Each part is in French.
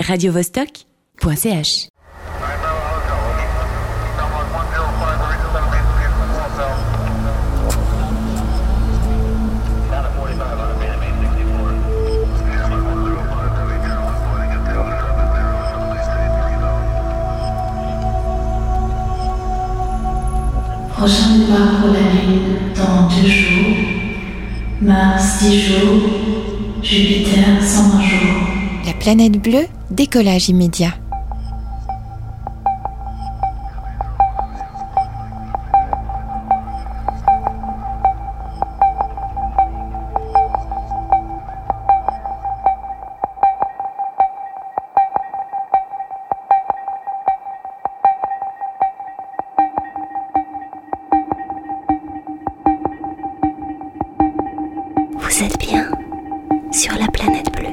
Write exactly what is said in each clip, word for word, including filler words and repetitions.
radio vostok point c h. Prochain départ pour la Lune dans deux jours, Mars dix jours, Jupiter cent vingt jours. La planète bleue, décollage immédiat. Vous êtes bien sur la planète bleue.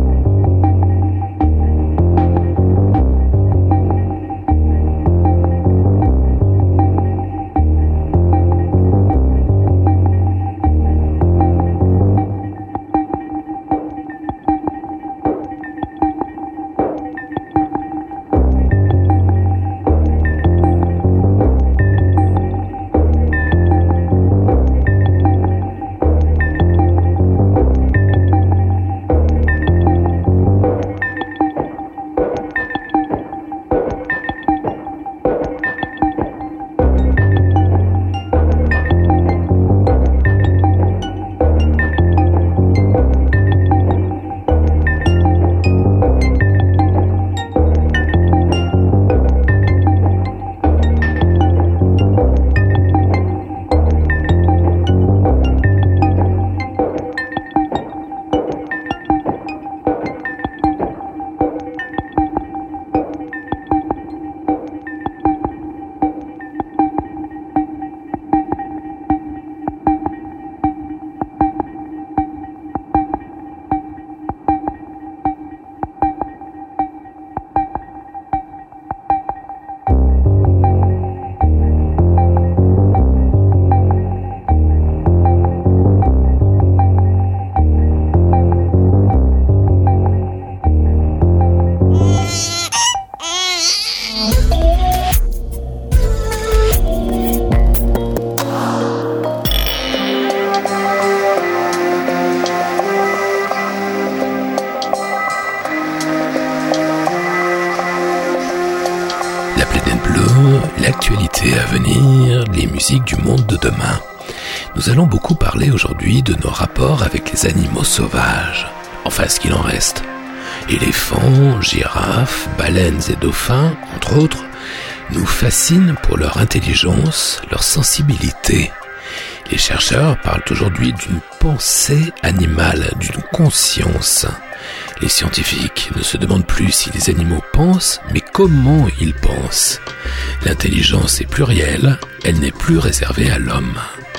L'actualité à venir, les musiques du monde de demain. Nous allons beaucoup parler aujourd'hui de nos rapports avec les animaux sauvages, enfin ce qu'il en reste. Éléphants, girafes, baleines et dauphins, entre autres, nous fascinent pour leur intelligence, leur sensibilité. Les chercheurs parlent aujourd'hui d'une pensée animale, d'une conscience. Les scientifiques ne se demandent plus si les animaux pensent, mais comment ils pensent. L'intelligence est plurielle, elle n'est plus réservée à l'homme.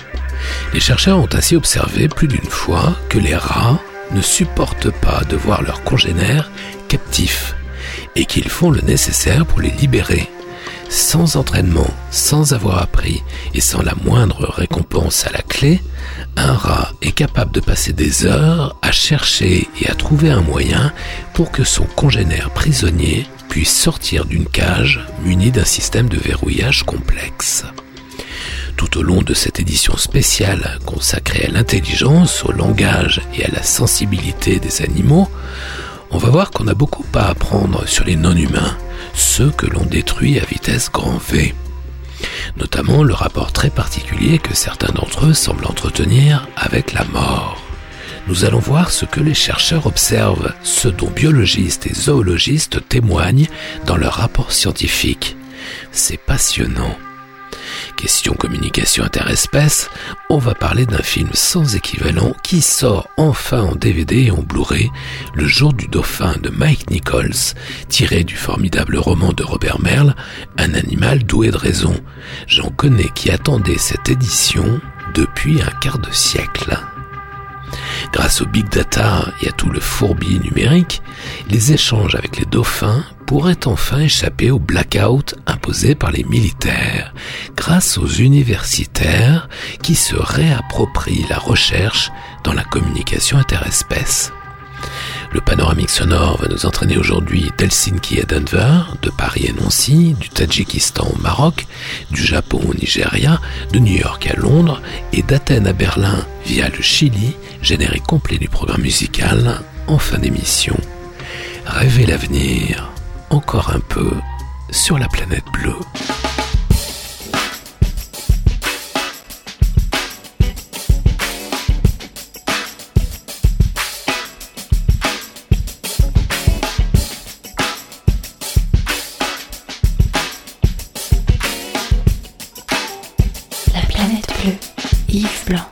Les chercheurs ont ainsi observé plus d'une fois que les rats ne supportent pas de voir leurs congénères captifs et qu'ils font le nécessaire pour les libérer. Sans entraînement, sans avoir appris et sans la moindre récompense à la clé, un rat est capable de passer des heures à chercher et à trouver un moyen pour que son congénère prisonnier puisse sortir d'une cage muni d'un système de verrouillage complexe. Tout au long de cette édition spéciale consacrée à l'intelligence, au langage et à la sensibilité des animaux, on va voir qu'on a beaucoup à apprendre sur les non-humains, ceux que l'on détruit à vitesse grand V. Notamment le rapport très particulier que certains d'entre eux semblent entretenir avec la mort. Nous allons voir ce que les chercheurs observent, ce dont biologistes et zoologistes témoignent dans leurs rapports scientifiques. C'est passionnant. Question communication interespèces, on va parler d'un film sans équivalent qui sort enfin en D V D et en Blu-ray, Le jour du dauphin de Mike Nichols, tiré du formidable roman de Robert Merle, Un animal doué de raison. J'en connais qui attendaient cette édition depuis un quart de siècle. Grâce au big data et à tout le fourbi numérique, les échanges avec les dauphins pourraient enfin échapper au blackout imposé par les militaires, grâce aux universitaires qui se réapproprient la recherche dans la communication interespèces. Le panoramique sonore va nous entraîner aujourd'hui d'Helsinki à Denver, de Paris à Nancy, du Tadjikistan au Maroc, du Japon au Nigeria, de New York à Londres et d'Athènes à Berlin via le Chili, générique complet du programme musical en fin d'émission. Rêvez l'avenir, encore un peu, sur la planète bleue. La planète bleue, Yves Blanc.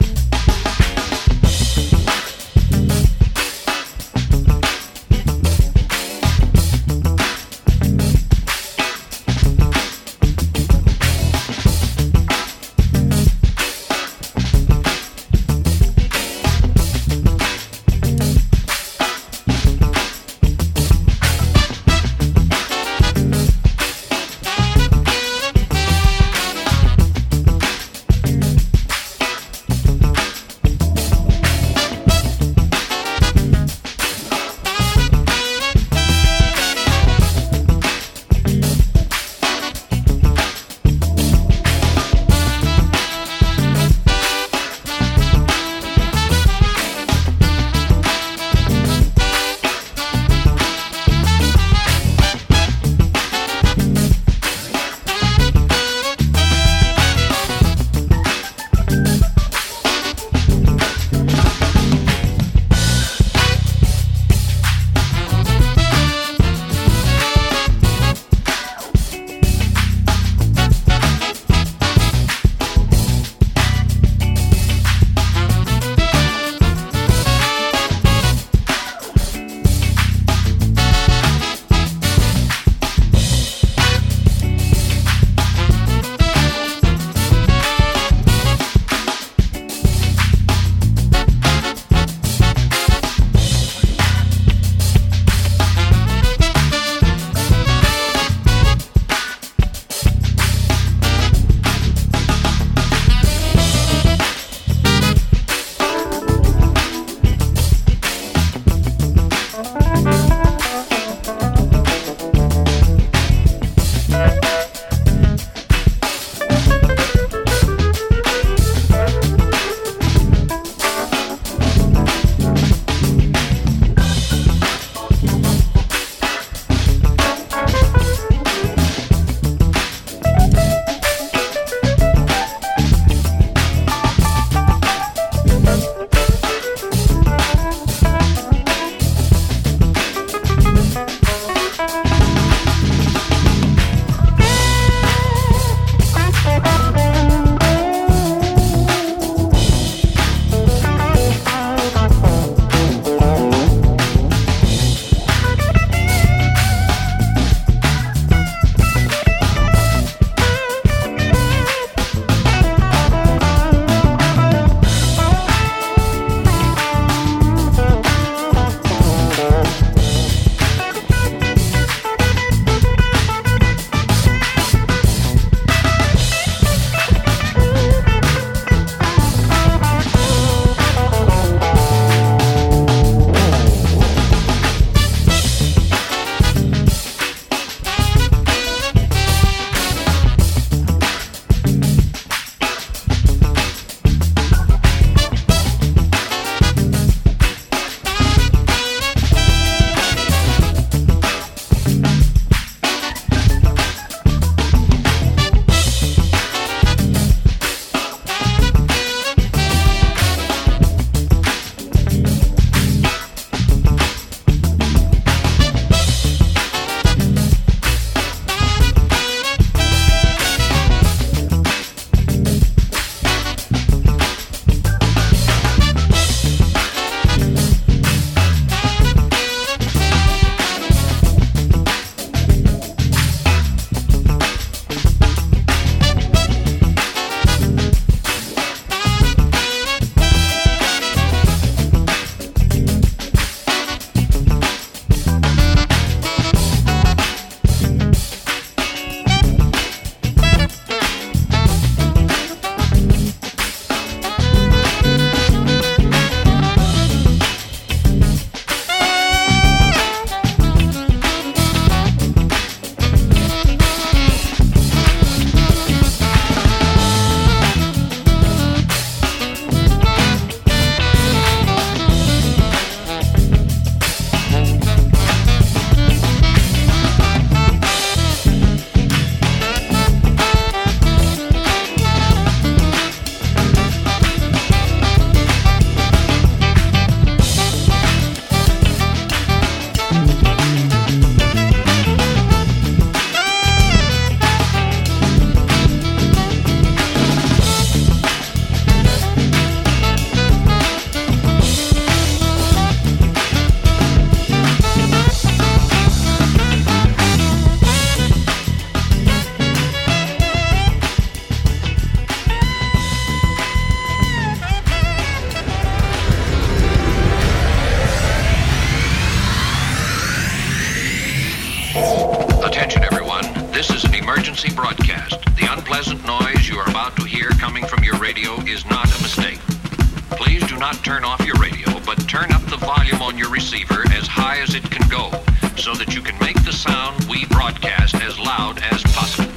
emergency broadcast. The unpleasant noise you are about to hear coming from your radio is not a mistake. Please do not turn off your radio, but turn up the volume on your receiver as high as it can go, so that you can make the sound we broadcast as loud as possible.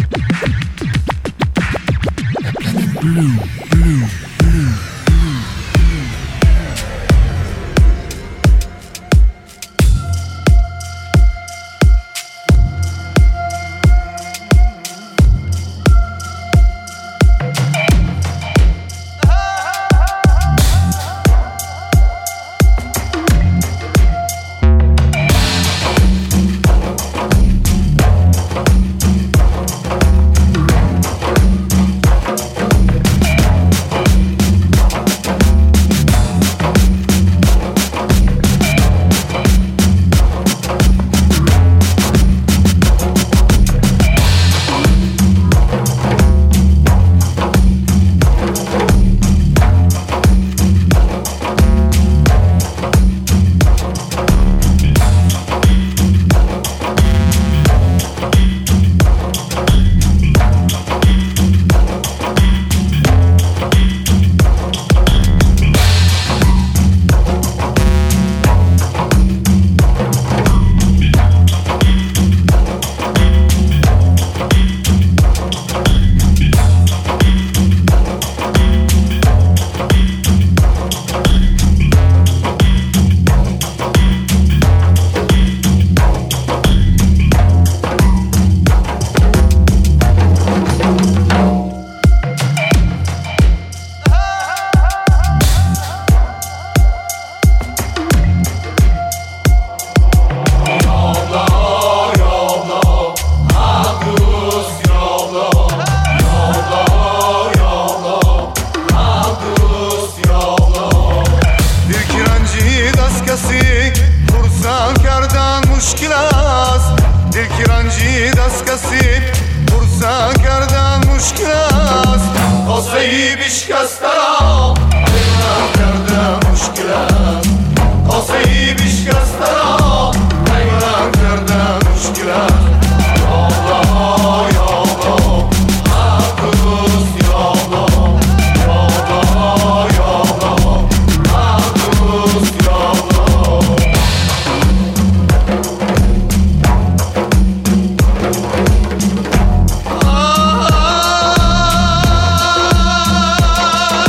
La planète bleue, bleue, bleue. Ah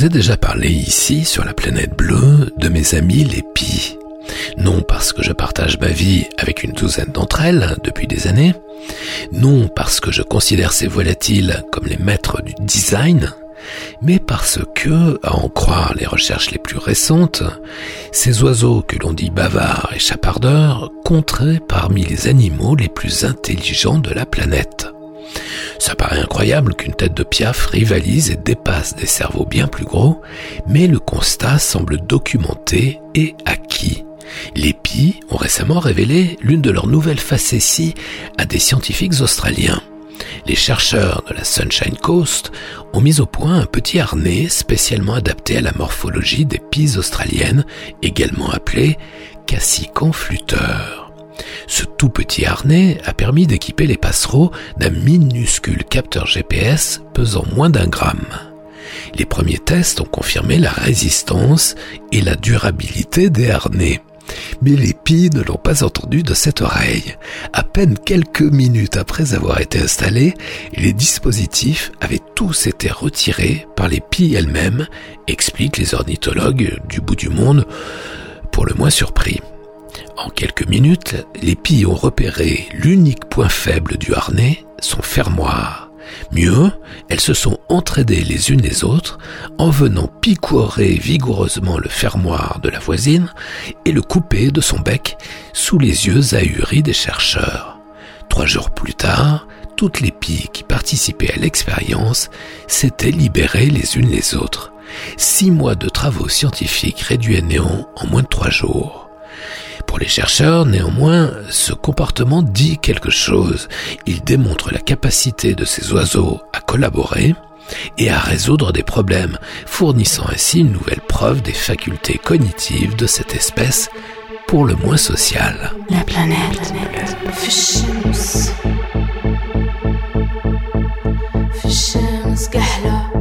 déjà parlé ici, sur la planète bleue, de mes amies les pies. Non parce que je partage ma vie avec une douzaine d'entre elles depuis des années, non parce que je considère ces volatiles comme les maîtres du design, mais parce que, à en croire les recherches les plus récentes, ces oiseaux que l'on dit bavards et chapardeurs compteraient parmi les animaux les plus intelligents de la planète. Ça paraît incroyable qu'une tête de piaf rivalise et dépasse des cerveaux bien plus gros, mais le constat semble documenté et acquis. Les pies ont récemment révélé l'une de leurs nouvelles facéties à des scientifiques australiens. Les chercheurs de la Sunshine Coast ont mis au point un petit harnais spécialement adapté à la morphologie des pies australiennes, également appelées cassicans flûteurs. Ce tout petit harnais a permis d'équiper les passereaux d'un minuscule capteur G P S pesant moins d'un gramme. Les premiers tests ont confirmé la résistance et la durabilité des harnais. Mais les pies ne l'ont pas entendu de cette oreille. À peine quelques minutes après avoir été installés, les dispositifs avaient tous été retirés par les pies elles-mêmes, expliquent les ornithologues du bout du monde, pour le moins surpris. En quelques minutes, les pies ont repéré l'unique point faible du harnais, son fermoir. Mieux, elles se sont entraidées les unes les autres en venant picorer vigoureusement le fermoir de la voisine et le couper de son bec sous les yeux ahuris des chercheurs. Trois jours plus tard, toutes les pies qui participaient à l'expérience s'étaient libérées les unes les autres. Six mois de travaux scientifiques réduits à néant en moins de trois jours. Pour les chercheurs, néanmoins, ce comportement dit quelque chose. Il démontre la capacité de ces oiseaux à collaborer et à résoudre des problèmes, fournissant ainsi une nouvelle preuve des facultés cognitives de cette espèce, pour le moins sociale. La planète bleue. الشمس في الشمس كحلة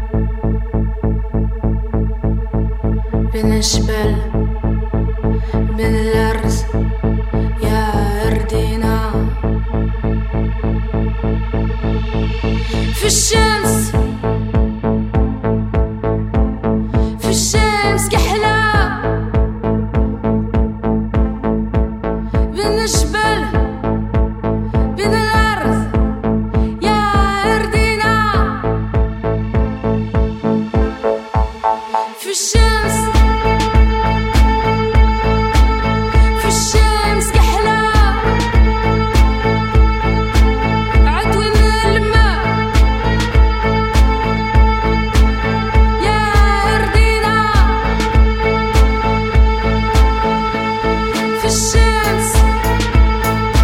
بين الجبال بين الأرز يا أردينا في الشمس في الشمس كحلة بين الجبال بين الأرز يا أردينا في الشمس في الشمس كحلة عدوي من الماء يا أردينا في الشمس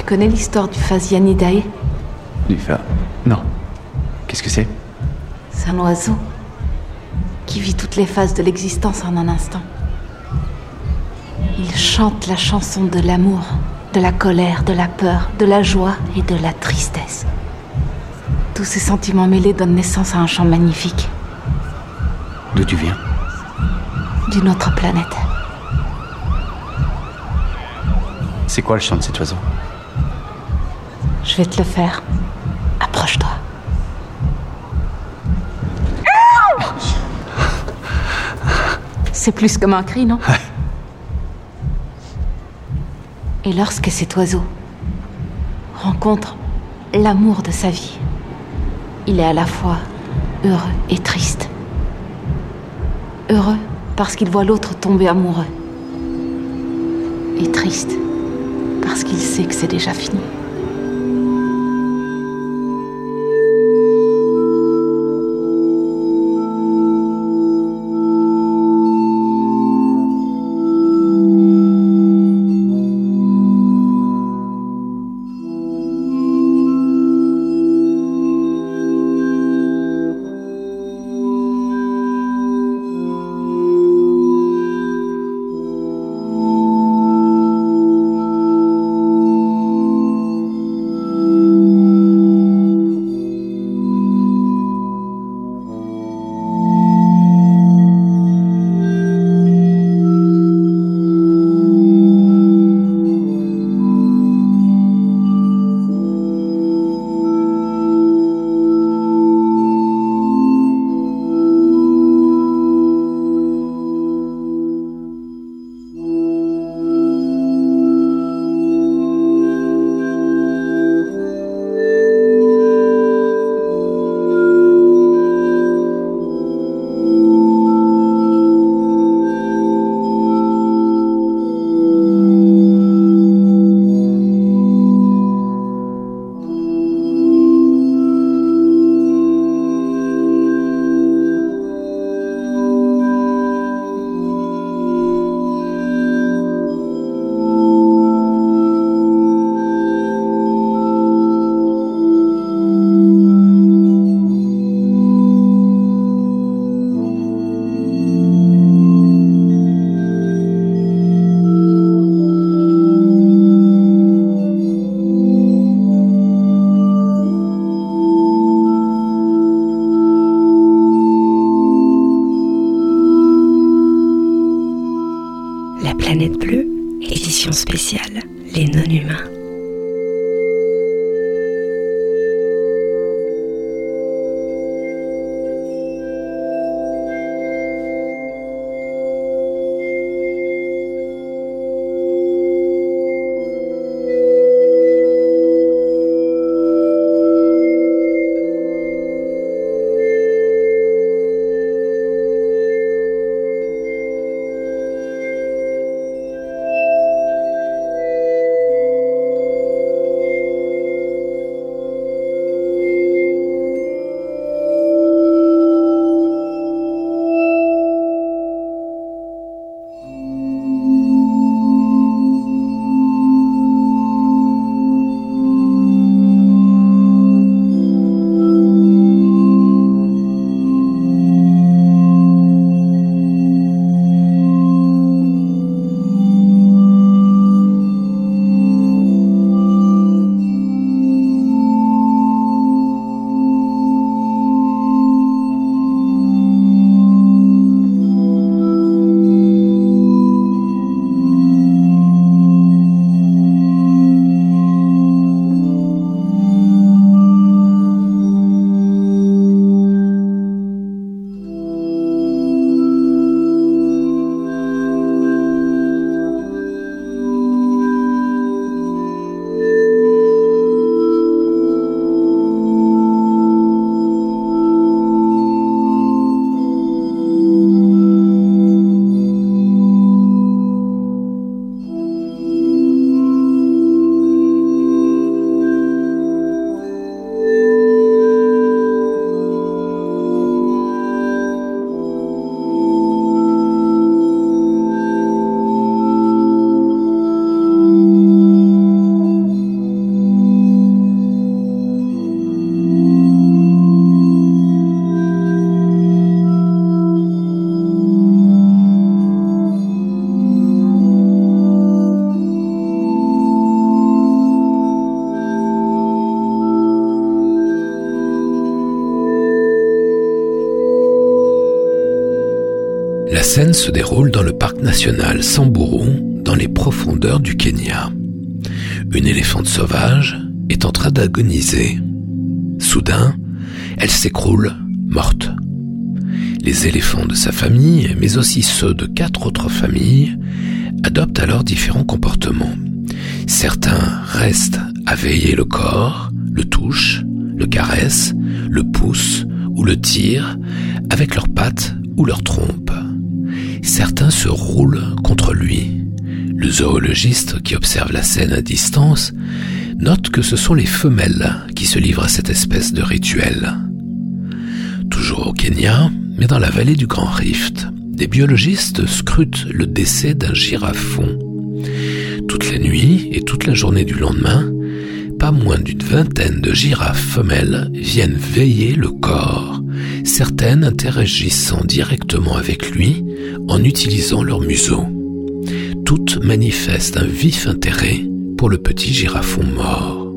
connais l'histoire du Phasianidae? Du fa... Non. Qu'est-ce que c'est? C'est un oiseau qui vit toutes les phases de l'existence en un instant. Il chante la chanson de l'amour, de la colère, de la peur, de la joie et de la tristesse. Tous ces sentiments mêlés donnent naissance à un chant magnifique. D'où tu viens? D'une autre planète. C'est quoi le chant de cet oiseau? Je vais te le faire. Approche-toi. C'est plus comme un cri, non? Et lorsque cet oiseau rencontre l'amour de sa vie, il est à la fois heureux et triste. Heureux parce qu'il voit l'autre tomber amoureux. Et triste parce qu'il sait que c'est déjà fini. Planète Bleue, édition spéciale, les non-humains. scène se déroule dans le parc national Samburu, dans les profondeurs du Kenya. Une éléphante sauvage est en train d'agoniser. Soudain, elle s'écroule, morte. Les éléphants de sa famille, mais aussi ceux de quatre autres familles, adoptent alors différents comportements. Certains restent à veiller le corps, le touchent, le caressent, le poussent ou le tirent avec leurs pattes ou leurs trompes. Certains se roulent contre lui. Le zoologiste, qui observe la scène à distance, note que ce sont les femelles qui se livrent à cette espèce de rituel. Toujours au Kenya, mais dans la vallée du Grand Rift, des biologistes scrutent le décès d'un girafon. Toute la nuit et toute la journée du lendemain, pas moins d'une vingtaine de girafes femelles viennent veiller le corps, certaines interagissant directement avec lui en utilisant leur museau. Toutes manifestent un vif intérêt pour le petit girafon mort.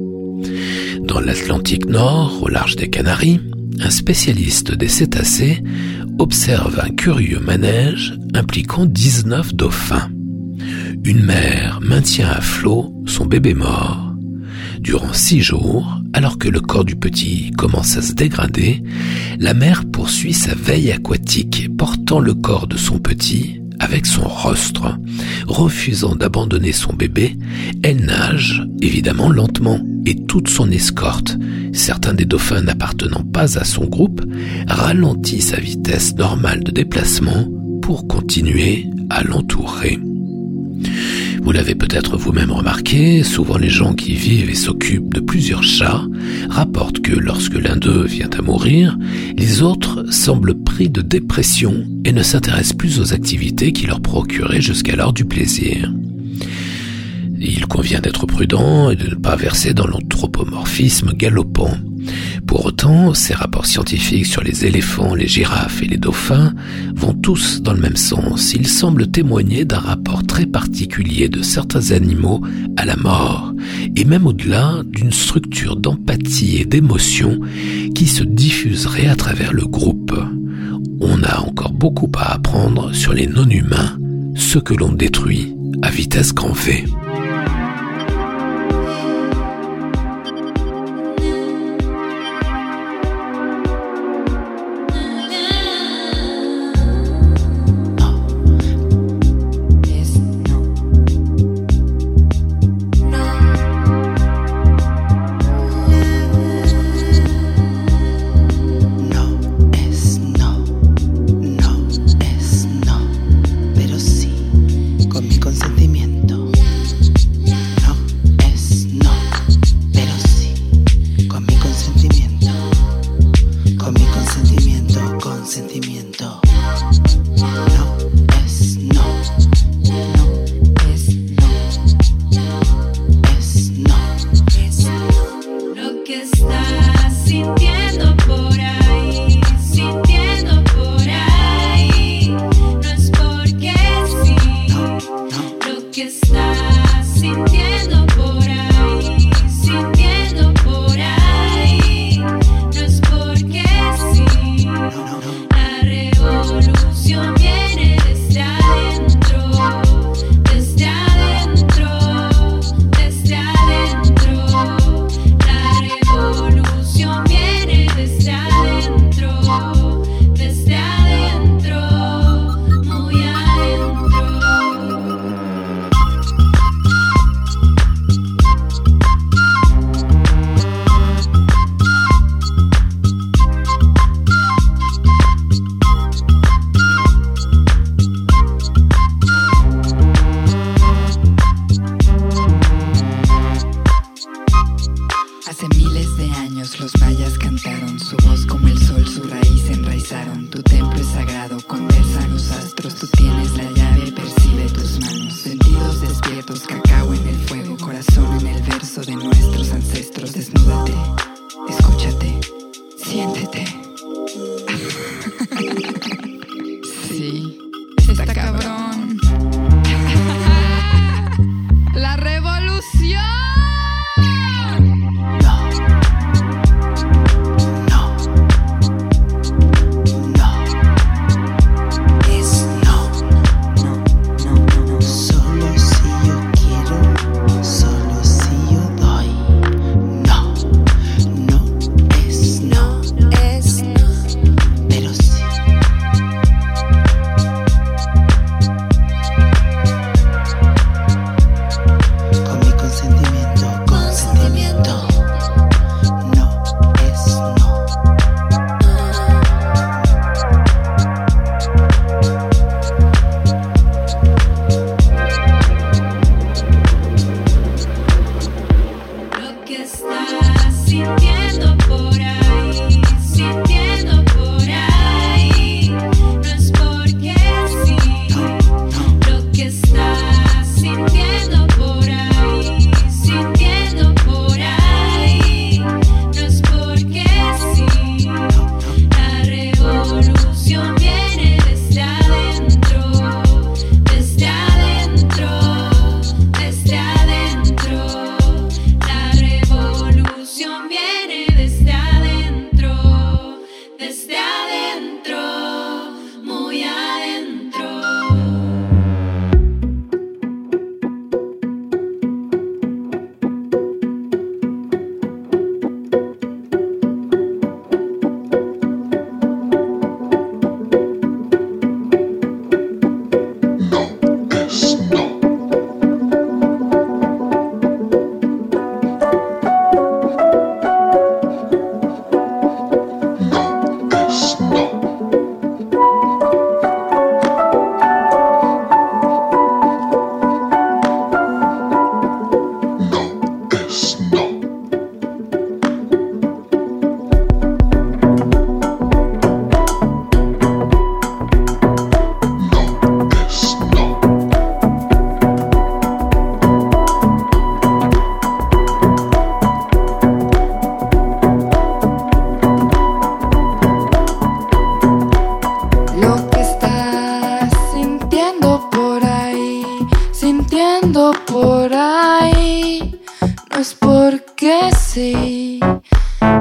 Dans l'Atlantique Nord, au large des Canaries, un spécialiste des cétacés observe un curieux manège impliquant dix-neuf dauphins. Une mère maintient à flot son bébé mort. Durant six jours, alors que le corps du petit commence à se dégrader, la mère poursuit sa veille aquatique, portant le corps de son petit avec son rostre. Refusant d'abandonner son bébé, elle nage, évidemment lentement, et toute son escorte, certains des dauphins n'appartenant pas à son groupe, ralentit sa vitesse normale de déplacement pour continuer à l'entourer. Vous l'avez peut-être vous-même remarqué, souvent les gens qui vivent et s'occupent de plusieurs chats rapportent que lorsque l'un d'eux vient à mourir, les autres semblent pris de dépression et ne s'intéressent plus aux activités qui leur procuraient jusqu'alors du plaisir. Il convient d'être prudent et de ne pas verser dans l'anthropomorphisme galopant. Pour autant, ces rapports scientifiques sur les éléphants, les girafes et les dauphins vont tous dans le même sens. Ils semblent témoigner d'un rapport très particulier de certains animaux à la mort, et même au-delà d'une structure d'empathie et d'émotion qui se diffuserait à travers le groupe. On a encore beaucoup à apprendre sur les non-humains, ceux que l'on détruit à vitesse grand V. Es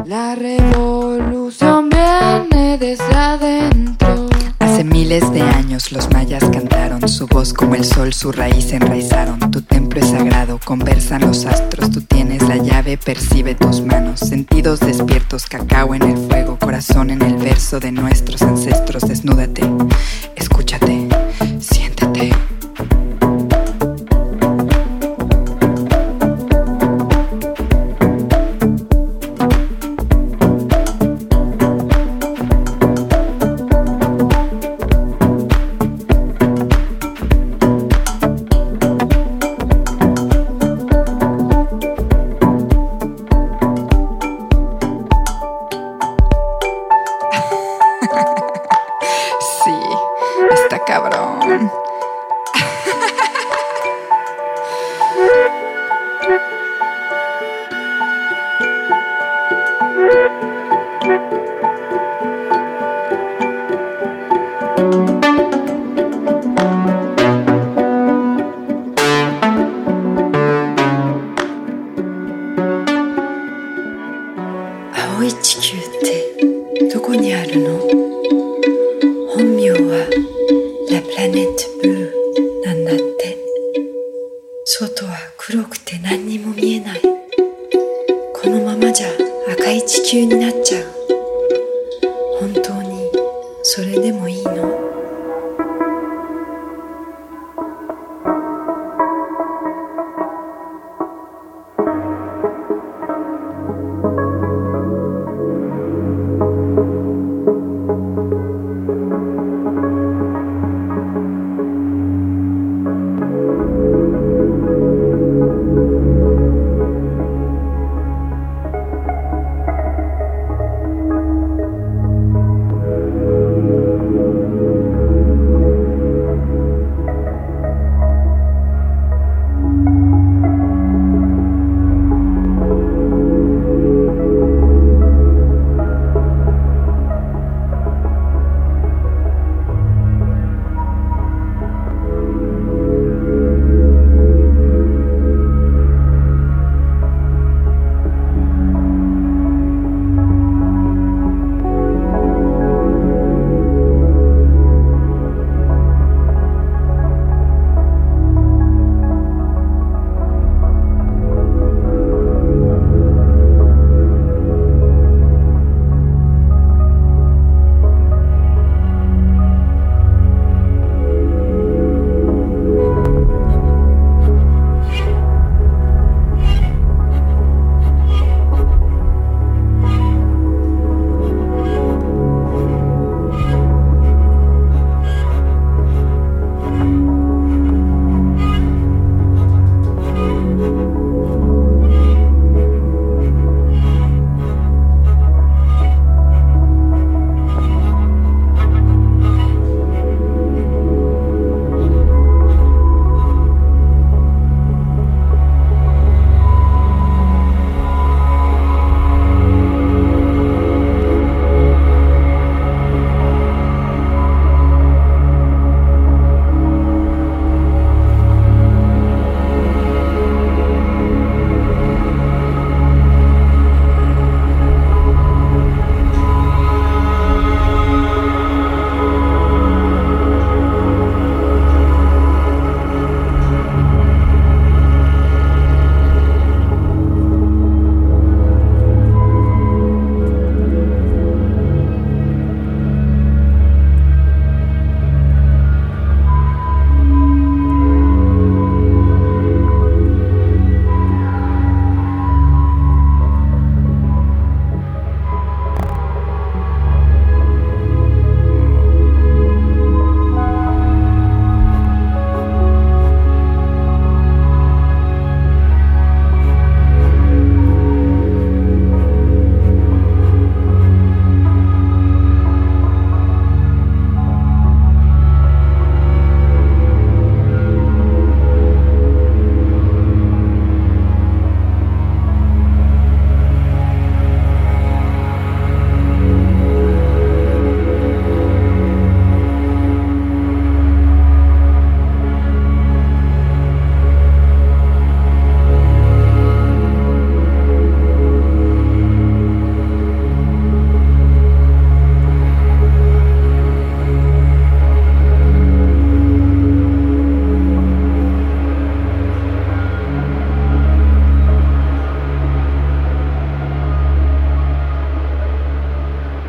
La revolución viene desde adentro. Hace miles de años los mayas cantaron, su voz como el sol, su raíz enraizaron. Tu templo es sagrado, conversan los astros, tú tienes la llave, percibe tus manos. Sentidos despiertos, cacao en el fuego, corazón en el verso de nuestros ancestros. Desnúdate, escúchate, siéntete.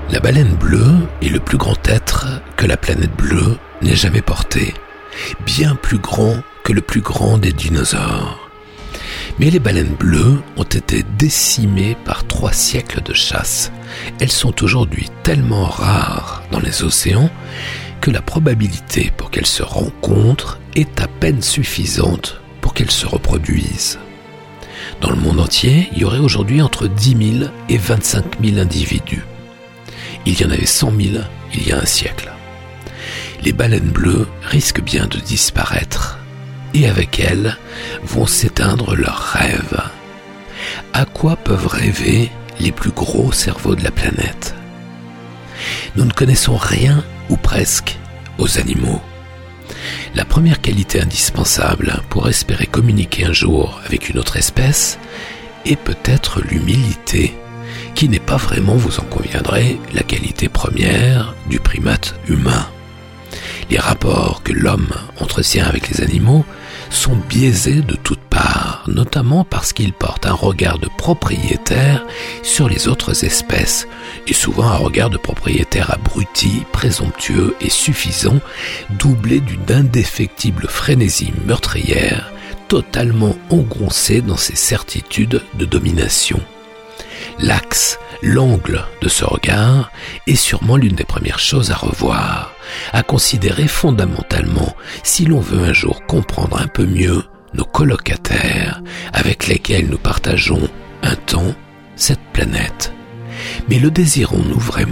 La baleine bleue est le plus grand être que la planète bleue n'ait jamais porté, bien plus grand que le plus grand des dinosaures. Mais les baleines bleues ont été décimées par trois siècles de chasse. Elles sont aujourd'hui tellement rares dans les océans que la probabilité pour qu'elles se rencontrent est à peine suffisante pour qu'elles se reproduisent. Dans le monde entier, il y aurait aujourd'hui entre dix mille et vingt-cinq mille individus. Il y en avait cent mille il y a un siècle. Les baleines bleues risquent bien de disparaître, et avec elles vont s'éteindre leurs rêves. À quoi peuvent rêver les plus gros cerveaux de la planète? Nous ne connaissons rien, ou presque, aux animaux. La première qualité indispensable pour espérer communiquer un jour avec une autre espèce est peut-être l'humilité, qui n'est pas vraiment, vous en conviendrez, la qualité première du primate humain. Les rapports que l'homme entretient avec les animaux sont biaisés de toutes parts, notamment parce qu'ils portent un regard de propriétaire sur les autres espèces, et souvent un regard de propriétaire abruti, présomptueux et suffisant, doublé d'une indéfectible frénésie meurtrière, totalement engoncée dans ses certitudes de domination. L'axe, l'angle de ce regard est sûrement l'une des premières choses à revoir, à considérer fondamentalement si l'on veut un jour comprendre un peu mieux nos colocataires avec lesquels nous partageons un temps cette planète. Mais le désirons-nous vraiment ?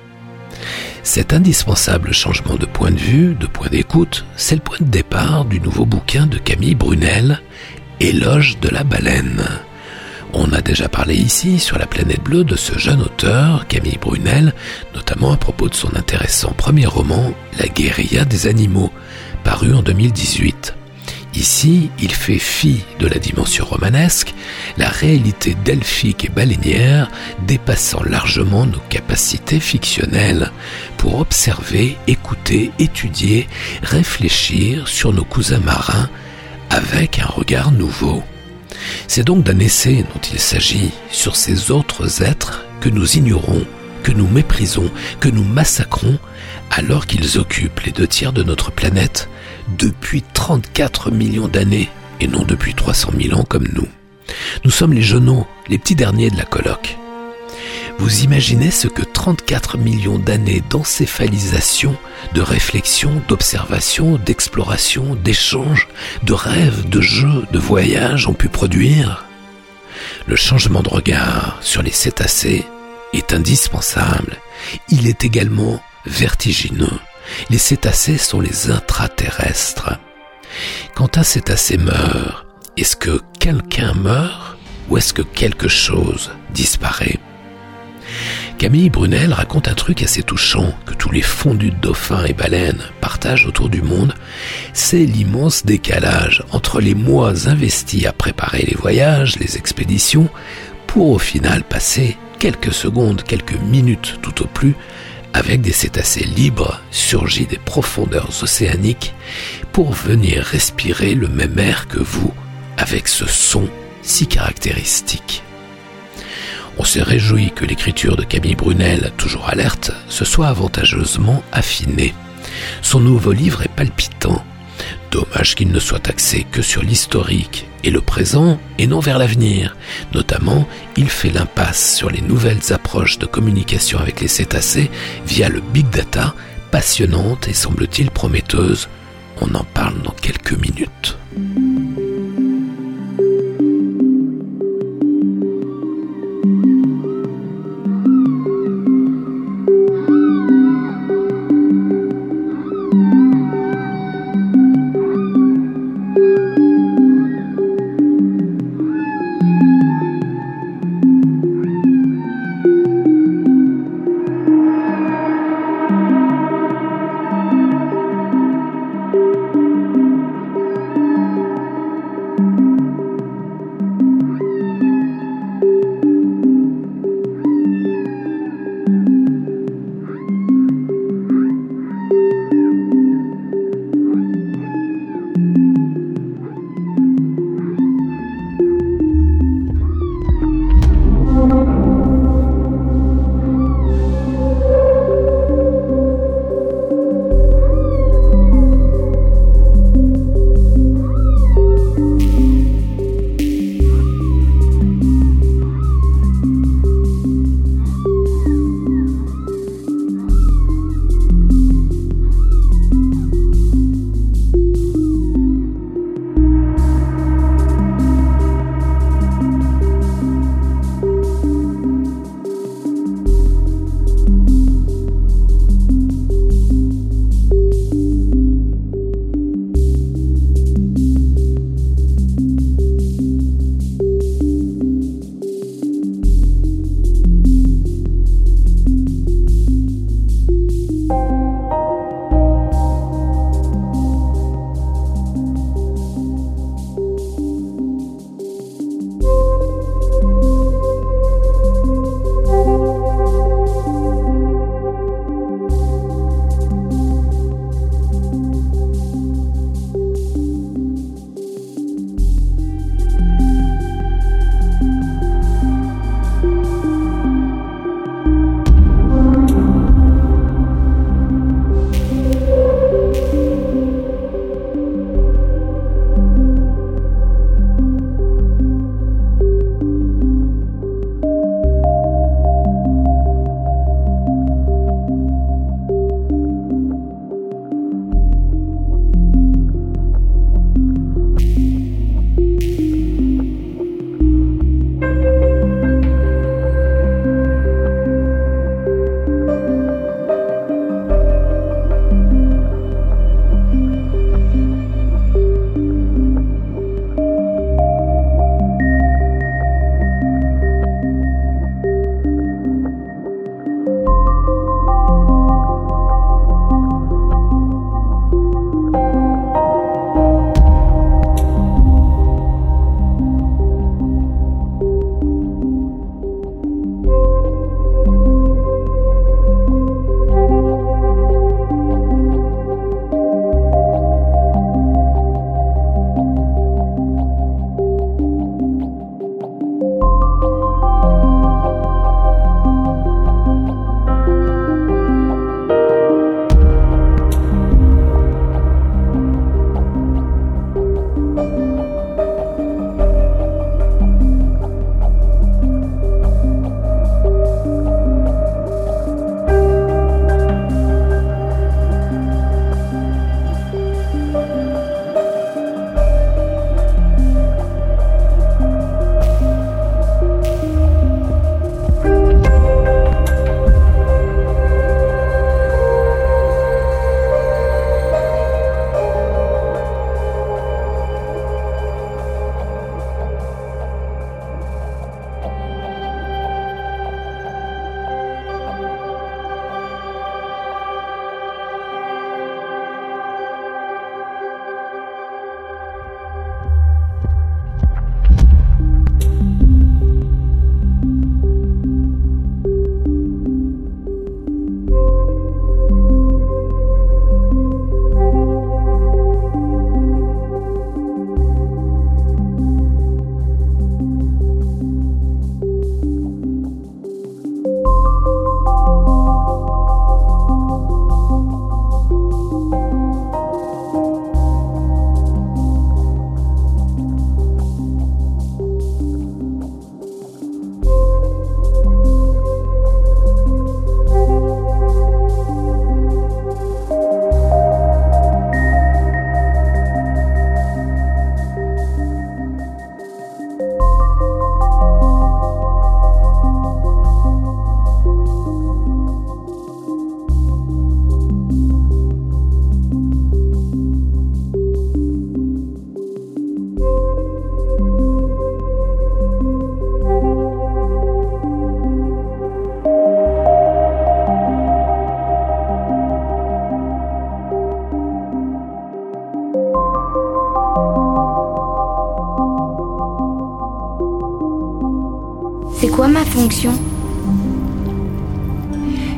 Cet indispensable changement de point de vue, de point d'écoute, c'est le point de départ du nouveau bouquin de Camille Brunel, Éloge de la baleine. On a déjà parlé ici, sur la planète bleue, de ce jeune auteur, Camille Brunel, notamment à propos de son intéressant premier roman, La guérilla des animaux, paru en deux mille dix-huit. Ici, il fait fi de la dimension romanesque, la réalité delphique et baleinière dépassant largement nos capacités fictionnelles, pour observer, écouter, étudier, réfléchir sur nos cousins marins avec un regard nouveau. C'est donc d'un essai dont il s'agit sur ces autres êtres que nous ignorons, que nous méprisons, que nous massacrons, alors qu'ils occupent les deux tiers de notre planète depuis trente-quatre millions d'années, et non depuis trois cent mille ans comme nous. Nous sommes les genoux, les petits derniers de la coloc. Vous imaginez ce que trente-quatre millions d'années d'encéphalisation, de réflexion, d'observation, d'exploration, d'échange, de rêves, de jeux, de voyages ont pu produire? Le changement de regard sur les cétacés est indispensable. Il est également vertigineux. Les cétacés sont les intraterrestres. Quand un cétacé meurt, est-ce que quelqu'un meurt ou est-ce que quelque chose disparaît? Camille Brunel raconte un truc assez touchant que tous les fondus de dauphins et baleines partagent autour du monde, c'est l'immense décalage entre les mois investis à préparer les voyages, les expéditions, pour au final passer quelques secondes, quelques minutes tout au plus, avec des cétacés libres surgis des profondeurs océaniques pour venir respirer le même air que vous, avec ce son si caractéristique. On s'est réjoui que l'écriture de Camille Brunel, toujours alerte, se soit avantageusement affinée. Son nouveau livre est palpitant. Dommage qu'il ne soit axé que sur l'historique et le présent et non vers l'avenir. Notamment, il fait l'impasse sur les nouvelles approches de communication avec les cétacés via le big data, passionnante et semble-t-il prometteuse. On en parle dans quelques minutes.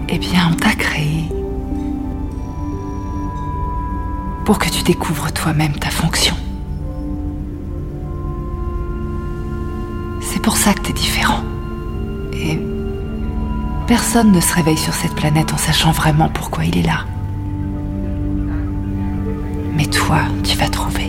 Eh bien, on t'a créé pour que tu découvres toi-même ta fonction. C'est pour ça que t'es différent. Et personne ne se réveille sur cette planète en sachant vraiment pourquoi il est là. Mais toi, tu vas trouver.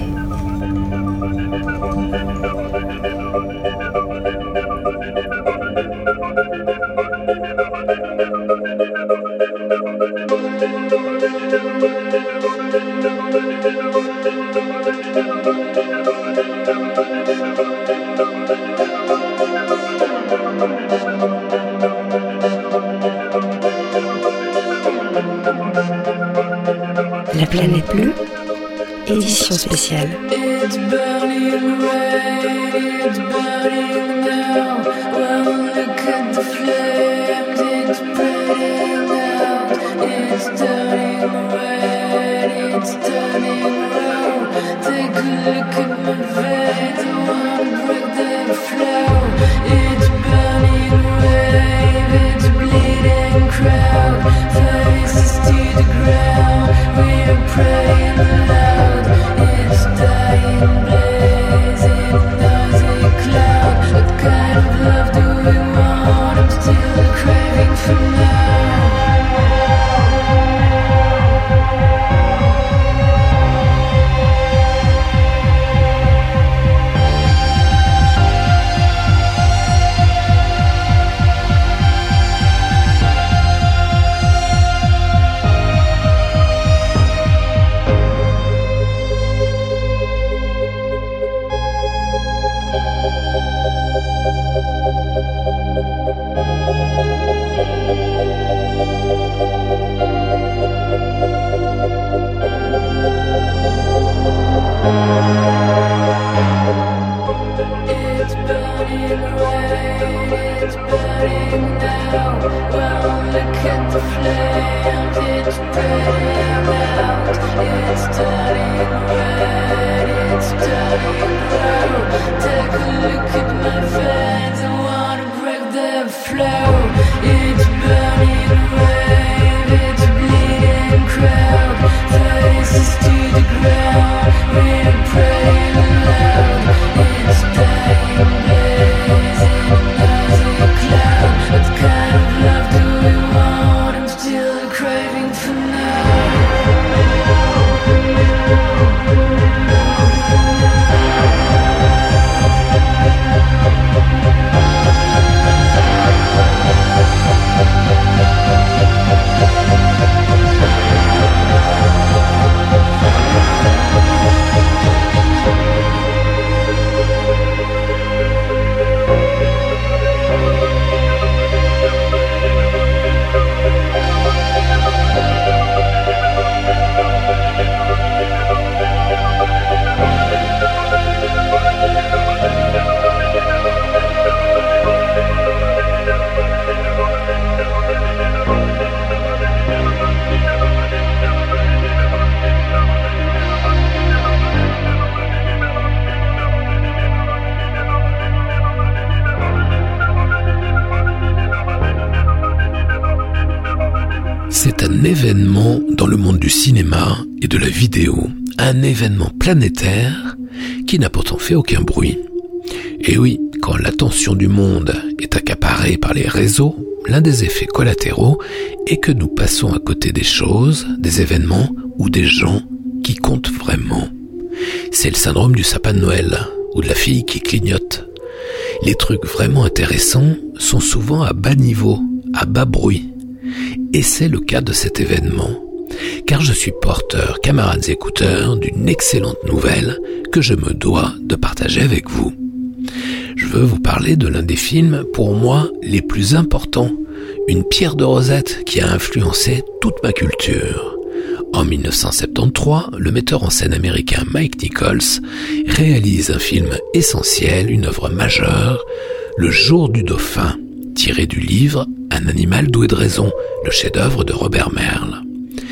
La planète bleue, édition spéciale. It's burning red, it's burning now. Well, look at the flames, it's spreading out. It's turning red, it's turning brown. Take a look at my face, I wanna break the flow. It's burning red, it's bleeding crowd. Faces to the ground, we're praying aloud. It's dying, blazing, noisy cloud. What kind of love do we want? I'm still craving for now. It's burning red, it's burning now. Well, look at the flames, it's spreading out. It's turning red, it's turning brown. Take a look at my veins, I wanna break the flow. It's burning red, it's bleeding crowd. Faces to the ground, we're praying aloud. It's dying, blazing, noisy cloud. What kind of love do we want? I'm still craving for now. C'est un événement dans le monde du cinéma et de la vidéo, un événement planétaire qui n'a pourtant fait aucun bruit. Et oui, quand l'attention du monde est accaparée par les réseaux, l'un des effets collatéraux est que nous passons à côté des choses, des événements ou des gens qui comptent vraiment. C'est le syndrome du sapin de Noël ou de la fille qui clignote. Les trucs vraiment intéressants sont souvent à bas niveau, à bas bruit. Et c'est le cas de cet événement, car je suis porteur, camarades écouteurs, d'une excellente nouvelle que je me dois de partager avec vous. Je veux vous parler de l'un des films, pour moi, les plus importants, une pierre de Rosette qui a influencé toute ma culture. En mille neuf cent soixante-treize, le metteur en scène américain Mike Nichols réalise un film essentiel, une œuvre majeure, Le Jour du Dauphin, tiré du livre Un animal doué de raison, le chef-d'œuvre de Robert Merle.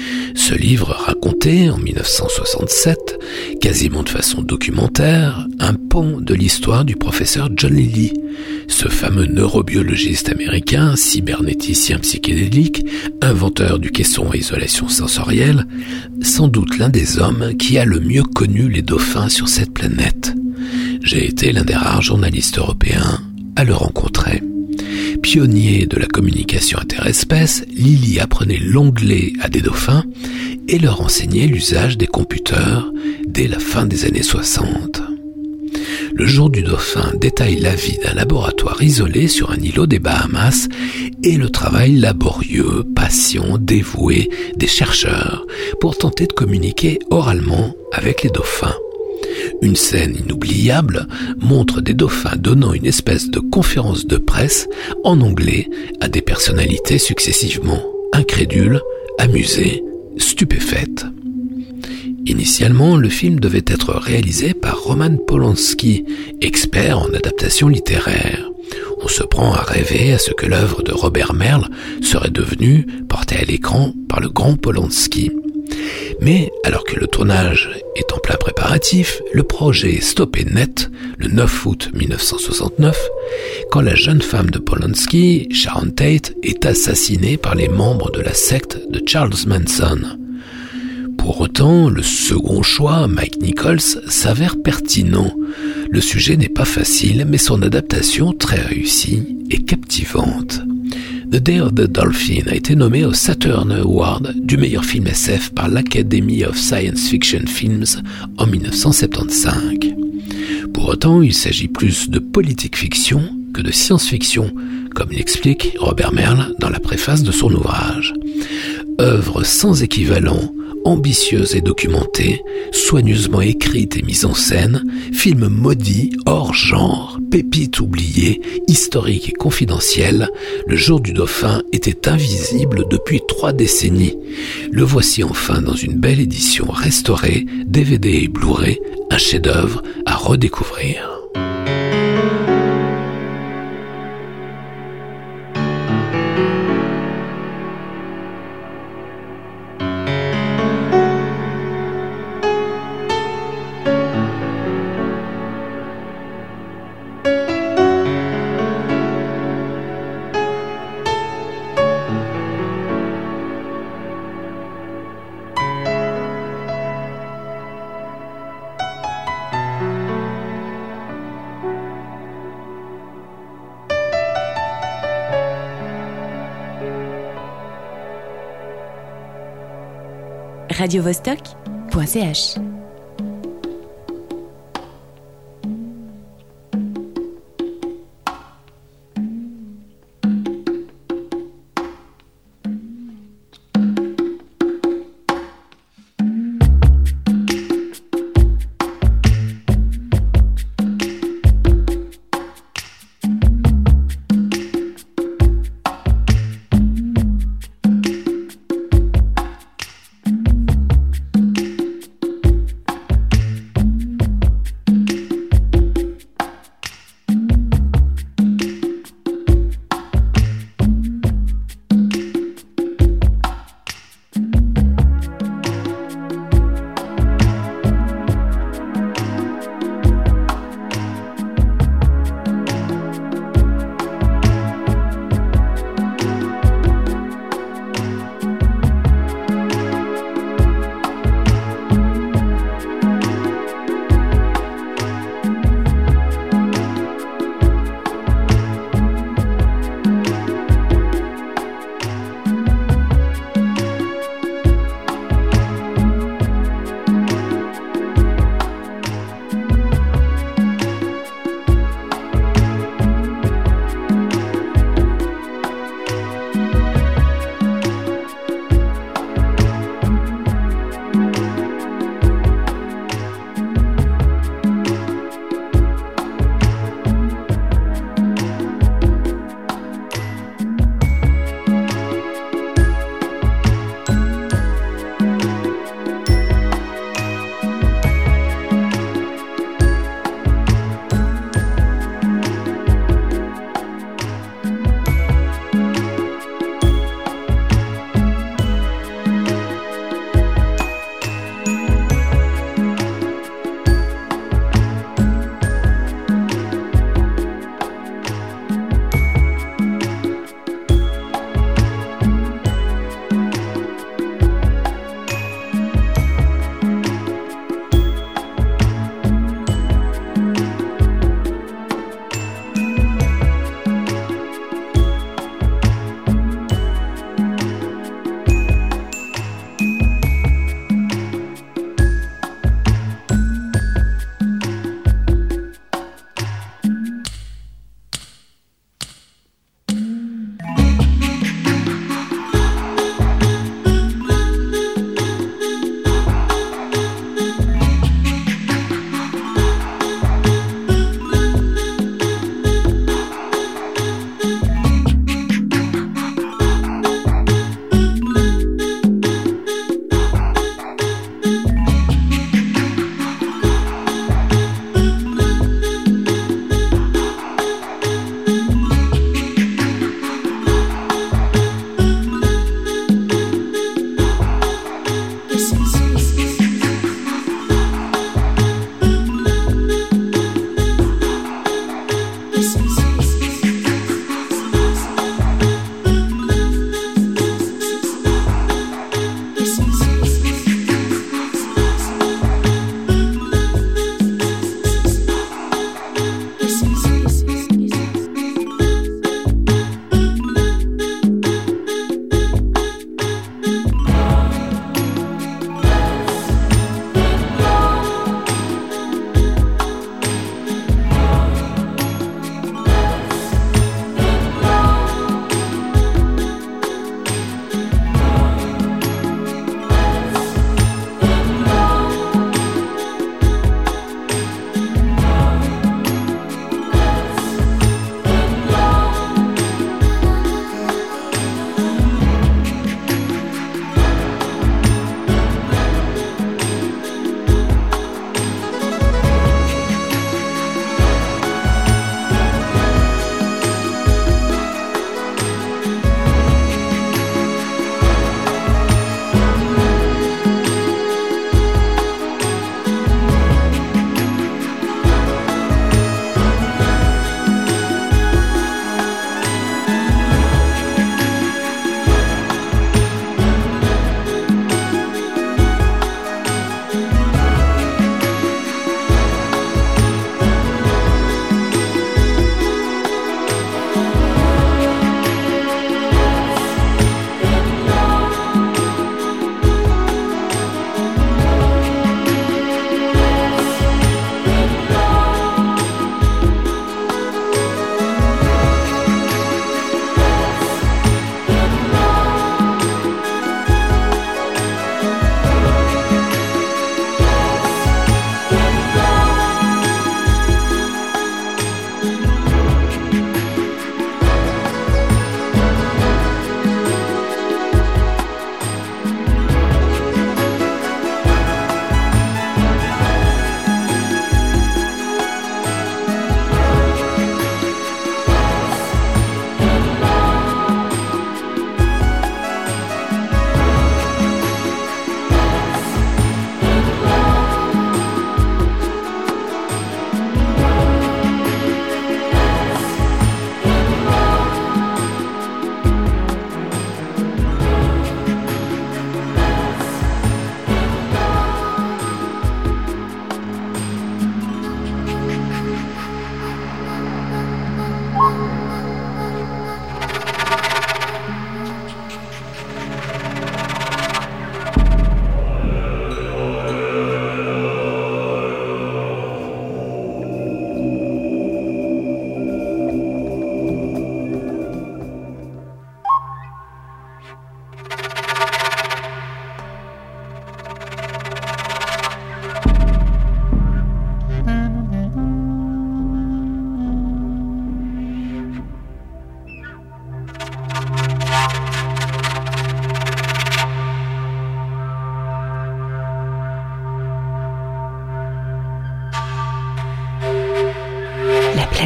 Ce livre racontait, en mille neuf cent soixante-sept, quasiment de façon documentaire, un pan de l'histoire du professeur John Lilly, Ce fameux neurobiologiste américain, cybernéticien psychédélique, inventeur du caisson à isolation sensorielle, sans doute l'un des hommes qui a le mieux connu les dauphins sur cette planète. J'ai été l'un des rares journalistes européens à le rencontrer. Pionnier de la communication interespèces, Lily apprenait l'anglais à des dauphins et leur enseignait l'usage des computers dès la fin des années soixante. Le jour du dauphin détaille la vie d'un laboratoire isolé sur un îlot des Bahamas et le travail laborieux, patient, dévoué des chercheurs pour tenter de communiquer oralement avec les dauphins. Une scène inoubliable montre des dauphins donnant une espèce de conférence de presse en anglais à des personnalités successivement incrédules, amusées, stupéfaites. Initialement, le film devait être réalisé par Roman Polanski, expert en adaptation littéraire. On se prend à rêver à ce que l'œuvre de Robert Merle serait devenue portée à l'écran par le grand Polanski. Mais, alors que le tournage est en plein préparatif, le projet est stoppé net le neuf août mille neuf cent soixante-neuf, quand la jeune femme de Polanski, Sharon Tate, est assassinée par les membres de la secte de Charles Manson. Pour autant, le second choix, Mike Nichols, s'avère pertinent. Le sujet n'est pas facile, mais son adaptation, très réussie, est captivante. The Day of the Dolphin a été nommé au Saturn Award du meilleur film S F par l'Academy of Science Fiction Films en mille neuf cent soixante-quinze. Pour autant, il s'agit plus de politique fiction que de science-fiction, comme l'explique Robert Merle dans la préface de son ouvrage. Œuvre sans équivalent, ambitieuse et documentée, soigneusement écrite et mise en scène, film maudit, hors genre, pépite oubliée, historique et confidentielle, Le Jour du Dauphin était invisible depuis trois décennies. Le voici enfin dans une belle édition restaurée, D V D et Blu-ray, un chef-d'œuvre à redécouvrir. radio vostok point c h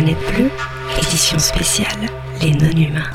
Planète Bleue, édition spéciale, les non-humains.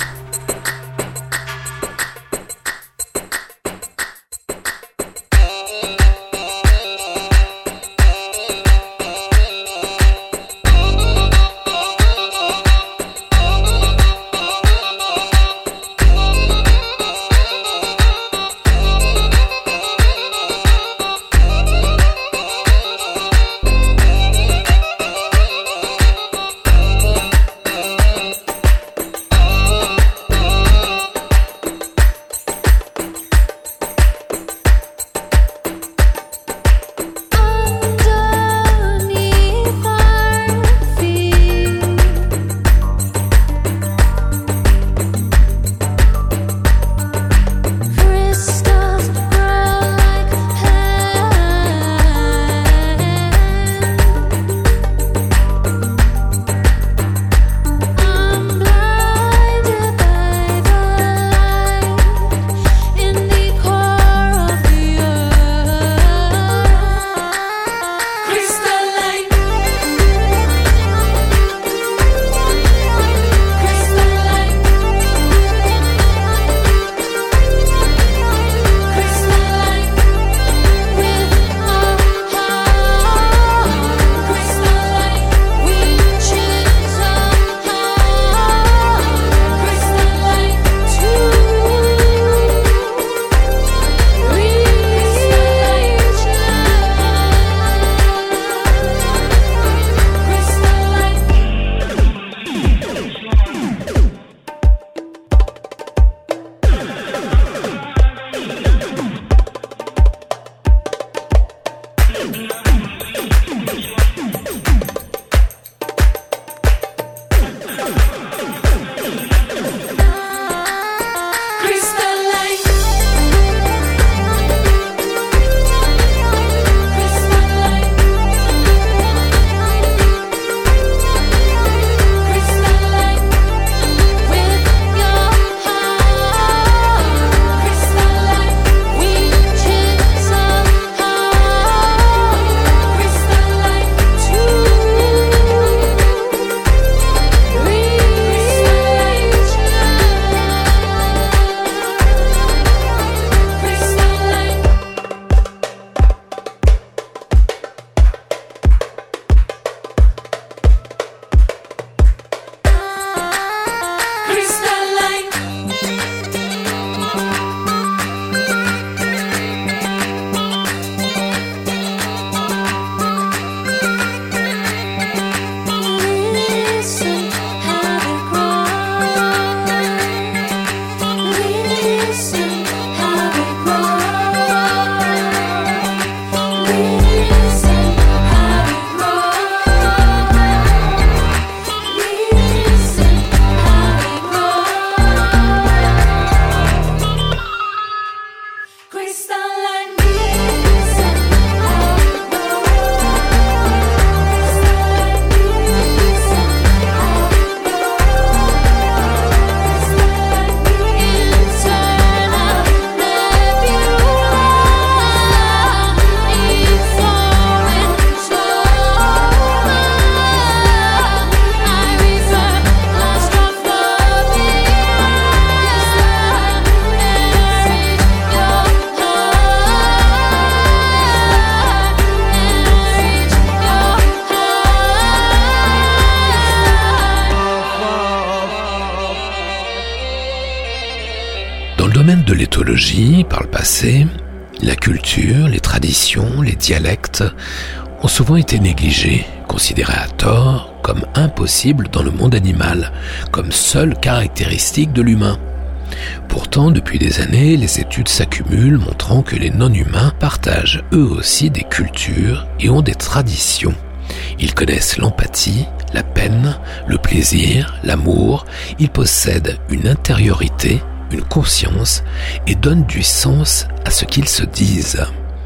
de l'éthologie, par le passé, la culture, les traditions, les dialectes ont souvent été négligés, considérés à tort comme impossibles dans le monde animal, comme seule caractéristique de l'humain. Pourtant, depuis des années, les études s'accumulent montrant que les non-humains partagent eux aussi des cultures et ont des traditions. Ils connaissent l'empathie, la peine, le plaisir, l'amour. Ils possèdent une intériorité, une conscience et donnent du sens à ce qu'ils se disent.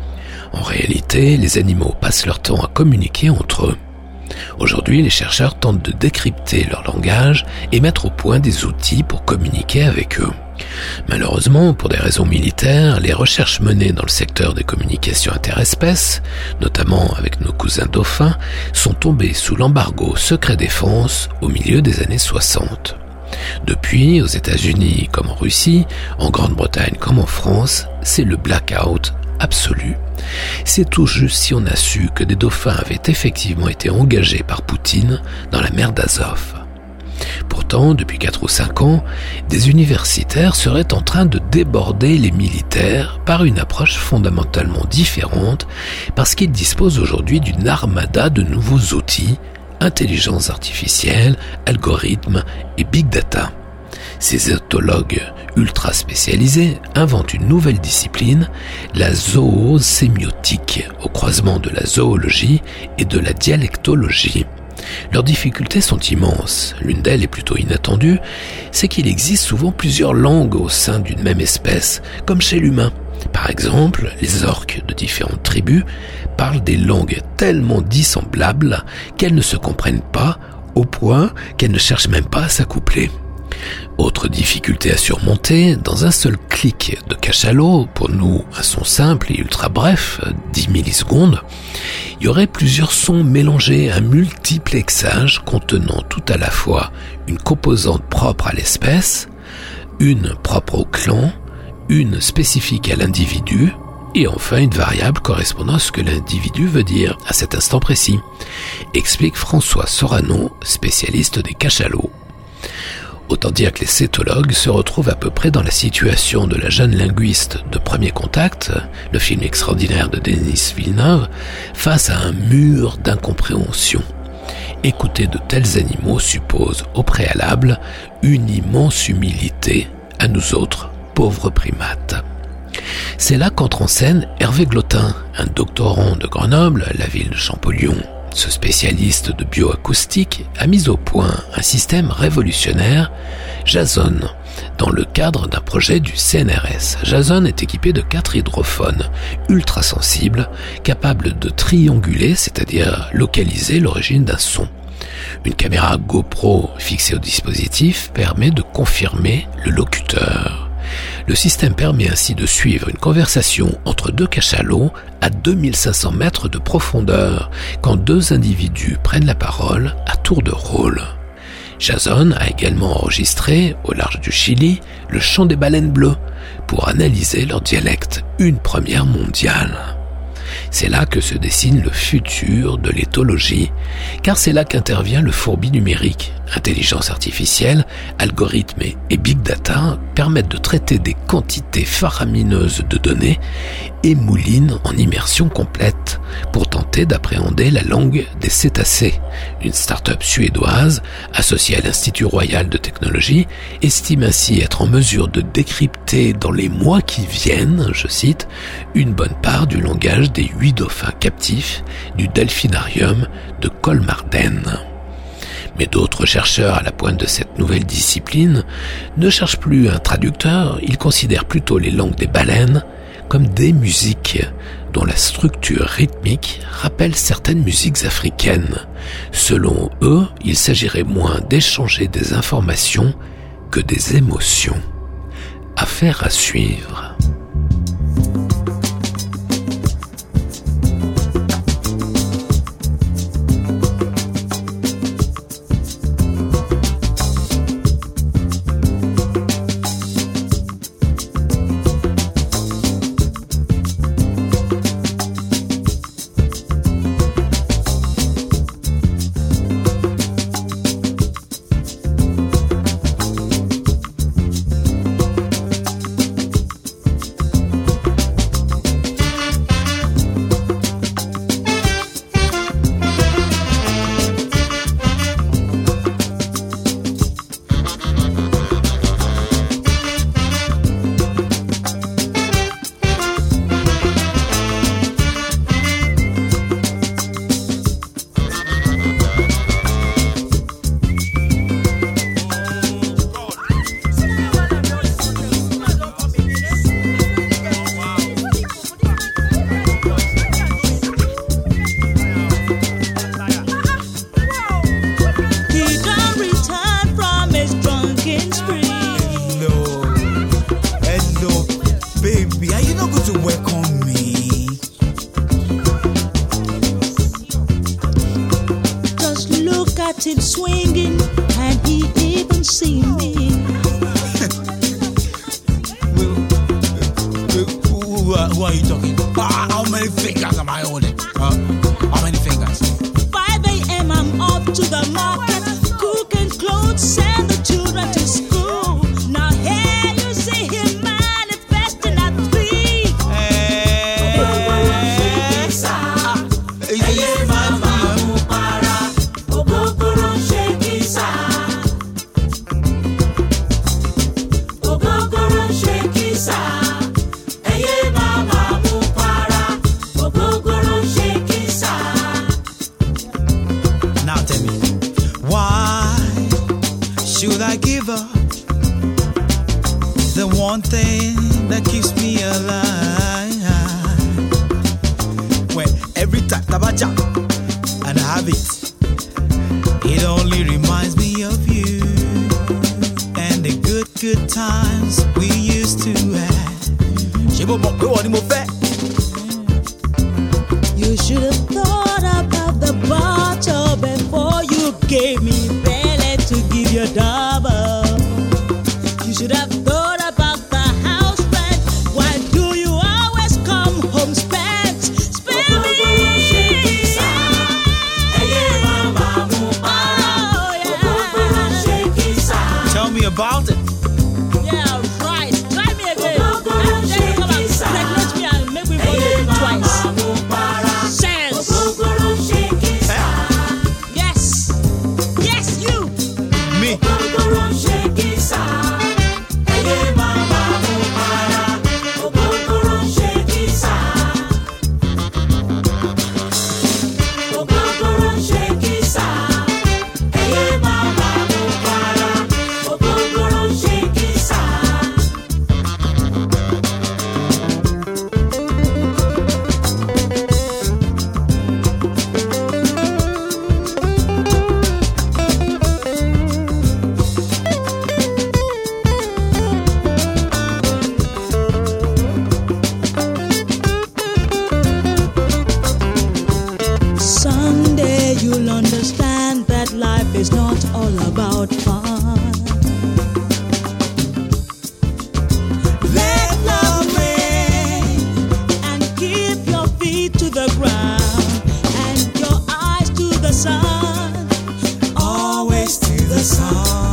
En réalité, les animaux passent leur temps à communiquer entre eux. Aujourd'hui, les chercheurs tentent de décrypter leur langage et mettre au point des outils pour communiquer avec eux. Malheureusement, pour des raisons militaires, les recherches menées dans le secteur des communications interespèces, notamment avec nos cousins dauphins, sont tombées sous l'embargo secret défense au milieu des années soixante. Depuis, aux États-Unis comme en Russie, en Grande-Bretagne comme en France, c'est le blackout absolu. C'est tout juste si on a su que des dauphins avaient effectivement été engagés par Poutine dans la mer d'Azov. Pourtant, depuis quatre ou cinq ans, des universitaires seraient en train de déborder les militaires par une approche fondamentalement différente parce qu'ils disposent aujourd'hui d'une armada de nouveaux outils, intelligence artificielle, algorithmes et big data. Ces éthologues ultra spécialisés inventent une nouvelle discipline, la zoosémiotique, au croisement de la zoologie et de la dialectologie. Leurs difficultés sont immenses. L'une d'elles est plutôt inattendue, c'est qu'il existe souvent plusieurs langues au sein d'une même espèce, comme chez l'humain. Par exemple, les orques de différentes tribus parlent des langues tellement dissemblables qu'elles ne se comprennent pas, au point qu'elles ne cherchent même pas à s'accoupler. Autre difficulté à surmonter, dans un seul clic de cachalot, pour nous un son simple et ultra bref, dix millisecondes, il y aurait plusieurs sons mélangés, un multiplexage contenant tout à la fois une composante propre à l'espèce, une propre au clan, une spécifique à l'individu, et enfin une variable correspondant à ce que l'individu veut dire à cet instant précis, explique François Sorano, spécialiste des cachalots. Autant dire que les cétologues se retrouvent à peu près dans la situation de la jeune linguiste de Premier Contact, le film extraordinaire de Denis Villeneuve, face à un mur d'incompréhension. Écouter de tels animaux suppose au préalable une immense humilité à nous autres, pauvres primates. C'est là qu'entre en scène Hervé Glotin, un doctorant de Grenoble, la ville de Champollion. Ce spécialiste de bioacoustique a mis au point un système révolutionnaire, Jason, dans le cadre d'un projet du C N R S. Jason est équipé de quatre hydrophones ultra sensibles, capables de trianguler, c'est-à-dire localiser l'origine d'un son. Une caméra GoPro fixée au dispositif permet de confirmer le locuteur. Le système permet ainsi de suivre une conversation entre deux cachalots à deux mille cinq cents mètres de profondeur quand deux individus prennent la parole à tour de rôle. Jason a également enregistré, au large du Chili, le chant des baleines bleues pour analyser leur dialecte, une première mondiale. C'est là que se dessine le futur de l'éthologie, car c'est là qu'intervient le fourbi numérique. Intelligence artificielle, algorithmes et big data permettent de traiter des quantités faramineuses de données et moulinent en immersion complète pour tenter d'appréhender la langue des cétacés. Une start-up suédoise, associée à l'Institut Royal de Technologie, estime ainsi être en mesure de décrypter dans les mois qui viennent, je cite, une bonne part du langage des huit dauphins captifs du delphinarium de Kolmarden. Mais d'autres chercheurs à la pointe de cette nouvelle discipline ne cherchent plus un traducteur, ils considèrent plutôt les langues des baleines comme des musiques dont la structure rythmique rappelle certaines musiques africaines. Selon eux, il s'agirait moins d'échanger des informations que des émotions. Affaire à suivre. are, who are you talking to? Ah, how many fingers am I holding? Huh? How many fingers? five a.m. I'm up to the market, cooking clothes, send the children to school. Now here you see him manifesting at three. Hey, hey, mama, mupara, ogogoro shekisa, ogogoro shekisa. Hey, mama, mupara, ogogoro shekisa. Now tell me, why should I give up the one thing that keeps me alive? When every time I jump and I have it, it only reminds me of you and the good, good times we used to have. You should have thought about the bottle before you gave me belly to give you double. You should have thought about the house rent. Why do you always come home spent? Spend me. Tell me about it. Yeah, right. Try me again. And then you come and pregnant me and make me forget twice. Sense. Yes. Yes, you. Me. Someday you'll understand that life is not all about fun. Let love reign and keep your feet to the ground and your eyes to the sun. Always to the sun.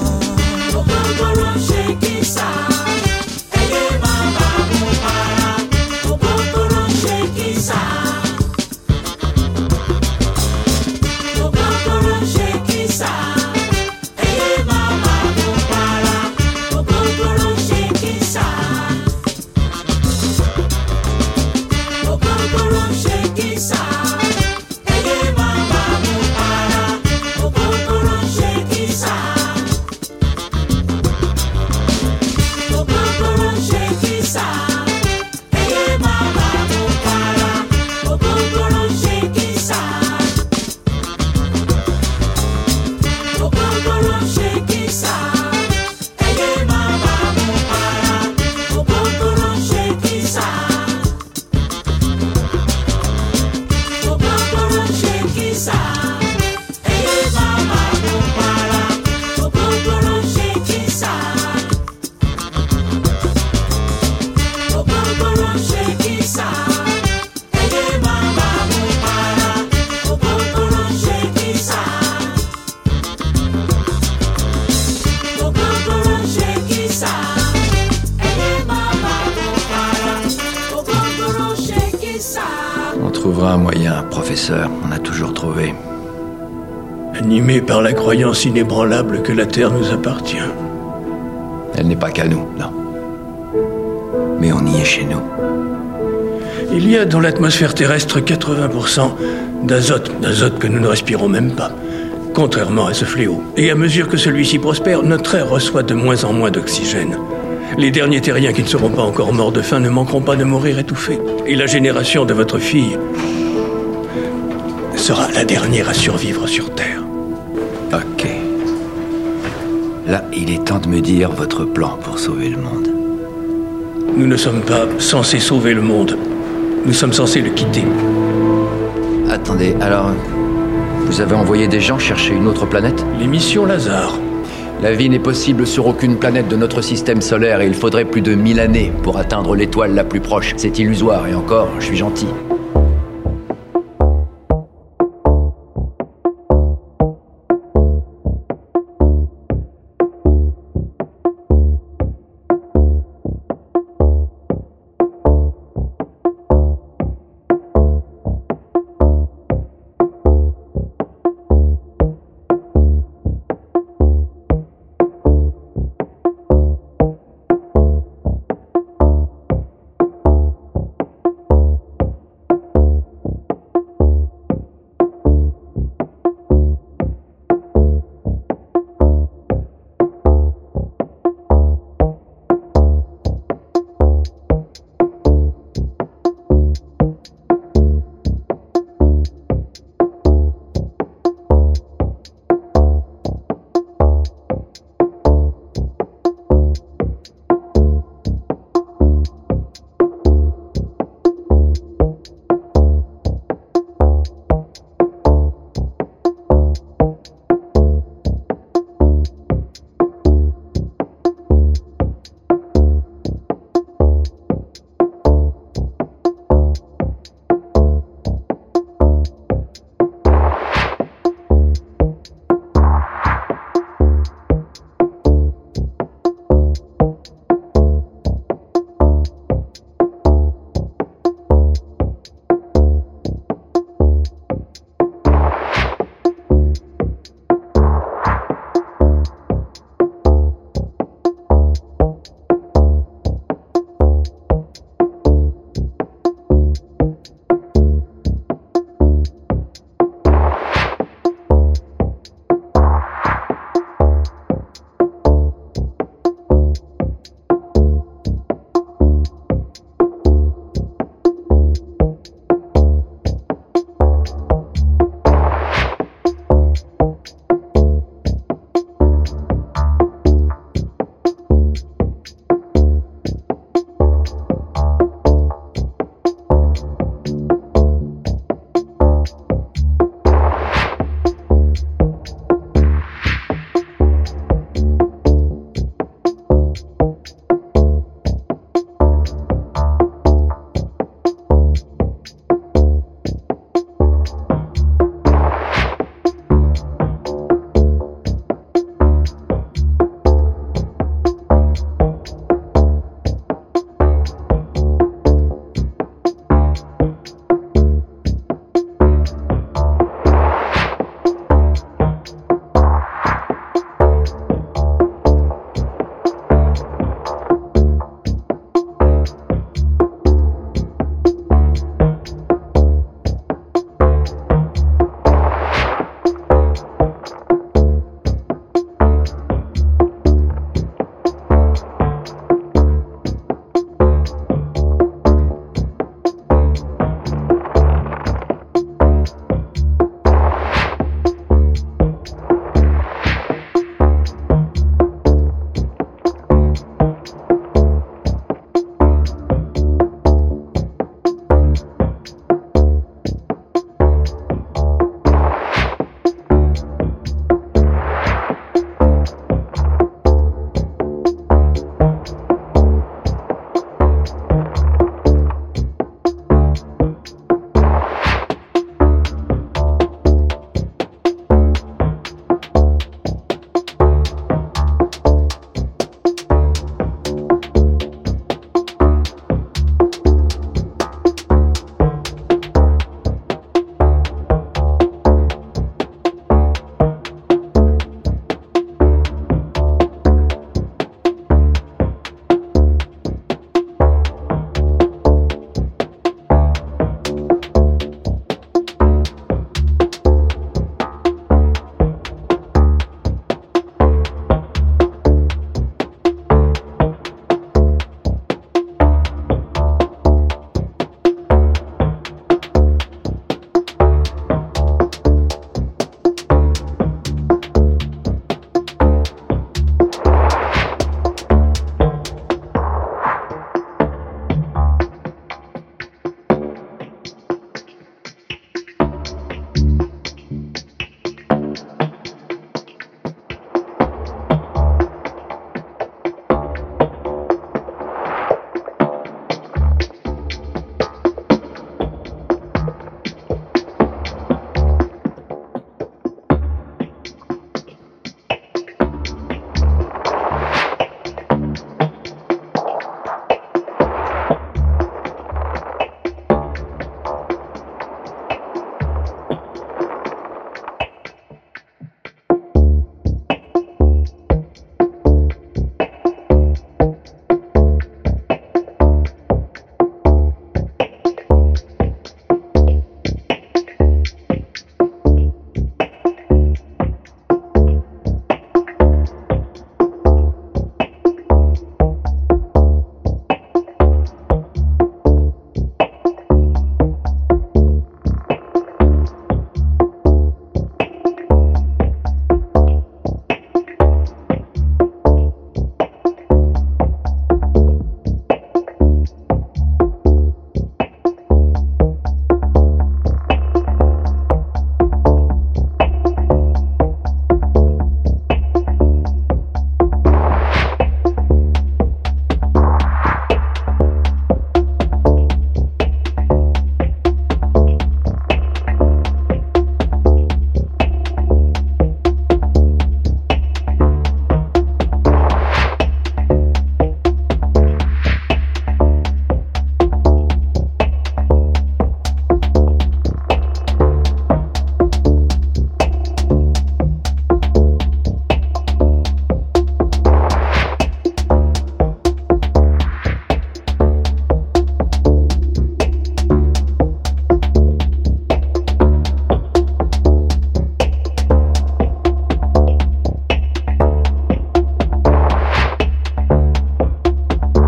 On trouvera un moyen, professeur. On a toujours trouvé. Animé par la croyance inébranlable que la Terre nous appartient. Elle n'est pas qu'à nous, non. Mais on y est chez nous. Il y a dans l'atmosphère terrestre quatre-vingts pour cent d'azote, d'azote que nous ne respirons même pas, contrairement à ce fléau. Et à mesure que celui-ci prospère, notre air reçoit de moins en moins d'oxygène. Les derniers terriens qui ne seront pas encore morts de faim ne manqueront pas de mourir étouffés. Et la génération de votre fille sera la dernière à survivre sur Terre. Ok. Là, il est temps de me dire votre plan pour sauver le monde. Nous ne sommes pas censés sauver le monde. Nous sommes censés le quitter. Attendez, alors... Vous avez envoyé des gens chercher une autre planète ? Les missions Lazare. La vie n'est possible sur aucune planète de notre système solaire et il faudrait plus de mille années pour atteindre l'étoile la plus proche. C'est illusoire et encore, je suis gentil.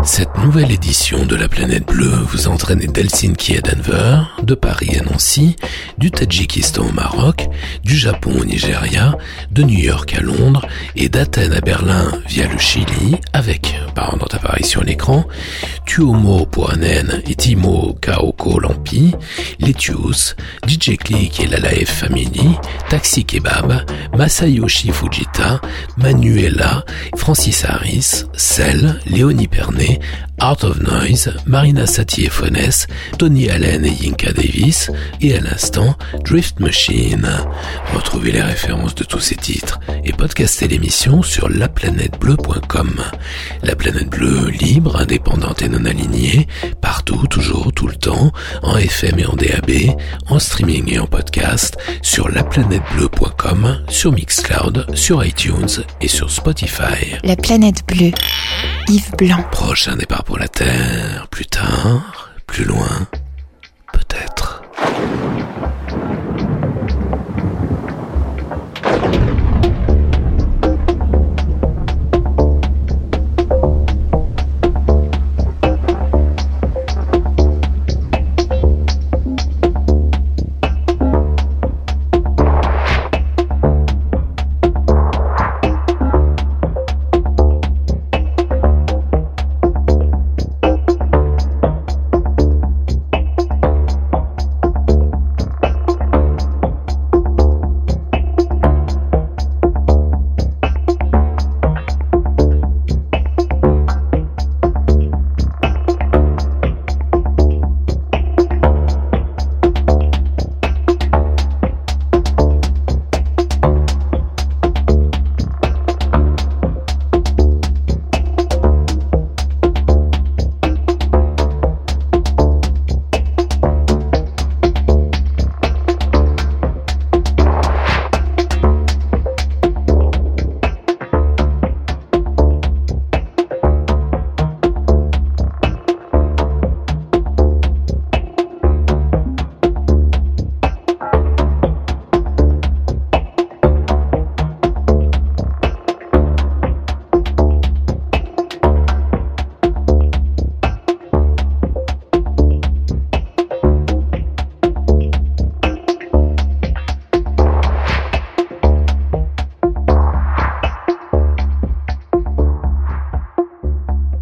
Cette nouvelle édition de la Planète Bleue vous entraîne d'Helsinki à Denver, de Paris à Nancy, du Tadjikistan au Maroc, du Japon au Nigeria, de New York à Londres et d'Athènes à Berlin via le Chili avec, par notre apparition à l'écran, Tuomo Puanen et Timo Kaoko Lampi, Letius, D J Click et la Life Family, Taxi Kebab, Masayoshi Fujita, Manuela, Francis Harris, Cell, Léonie Pernet, Art of Noise, Marina Sati et Fones, Tony Allen et Yinka Davis, et à l'instant, Drift Machine. Retrouvez les références de tous ces titres et podcastez l'émission sur la planète bleue point com. La Planète Bleue, libre, indépendante et non alignée, partout, toujours, tout le temps, en F M et en D A B, en streaming et en podcast, sur la planète bleue point com, sur Mixcloud, sur iTunes et sur Spotify. La Planète Bleue, Yves Blanc. Prochain départ pour la Terre, plus tard, plus loin, peut-être.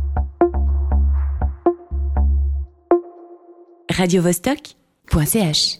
radio vostok point c h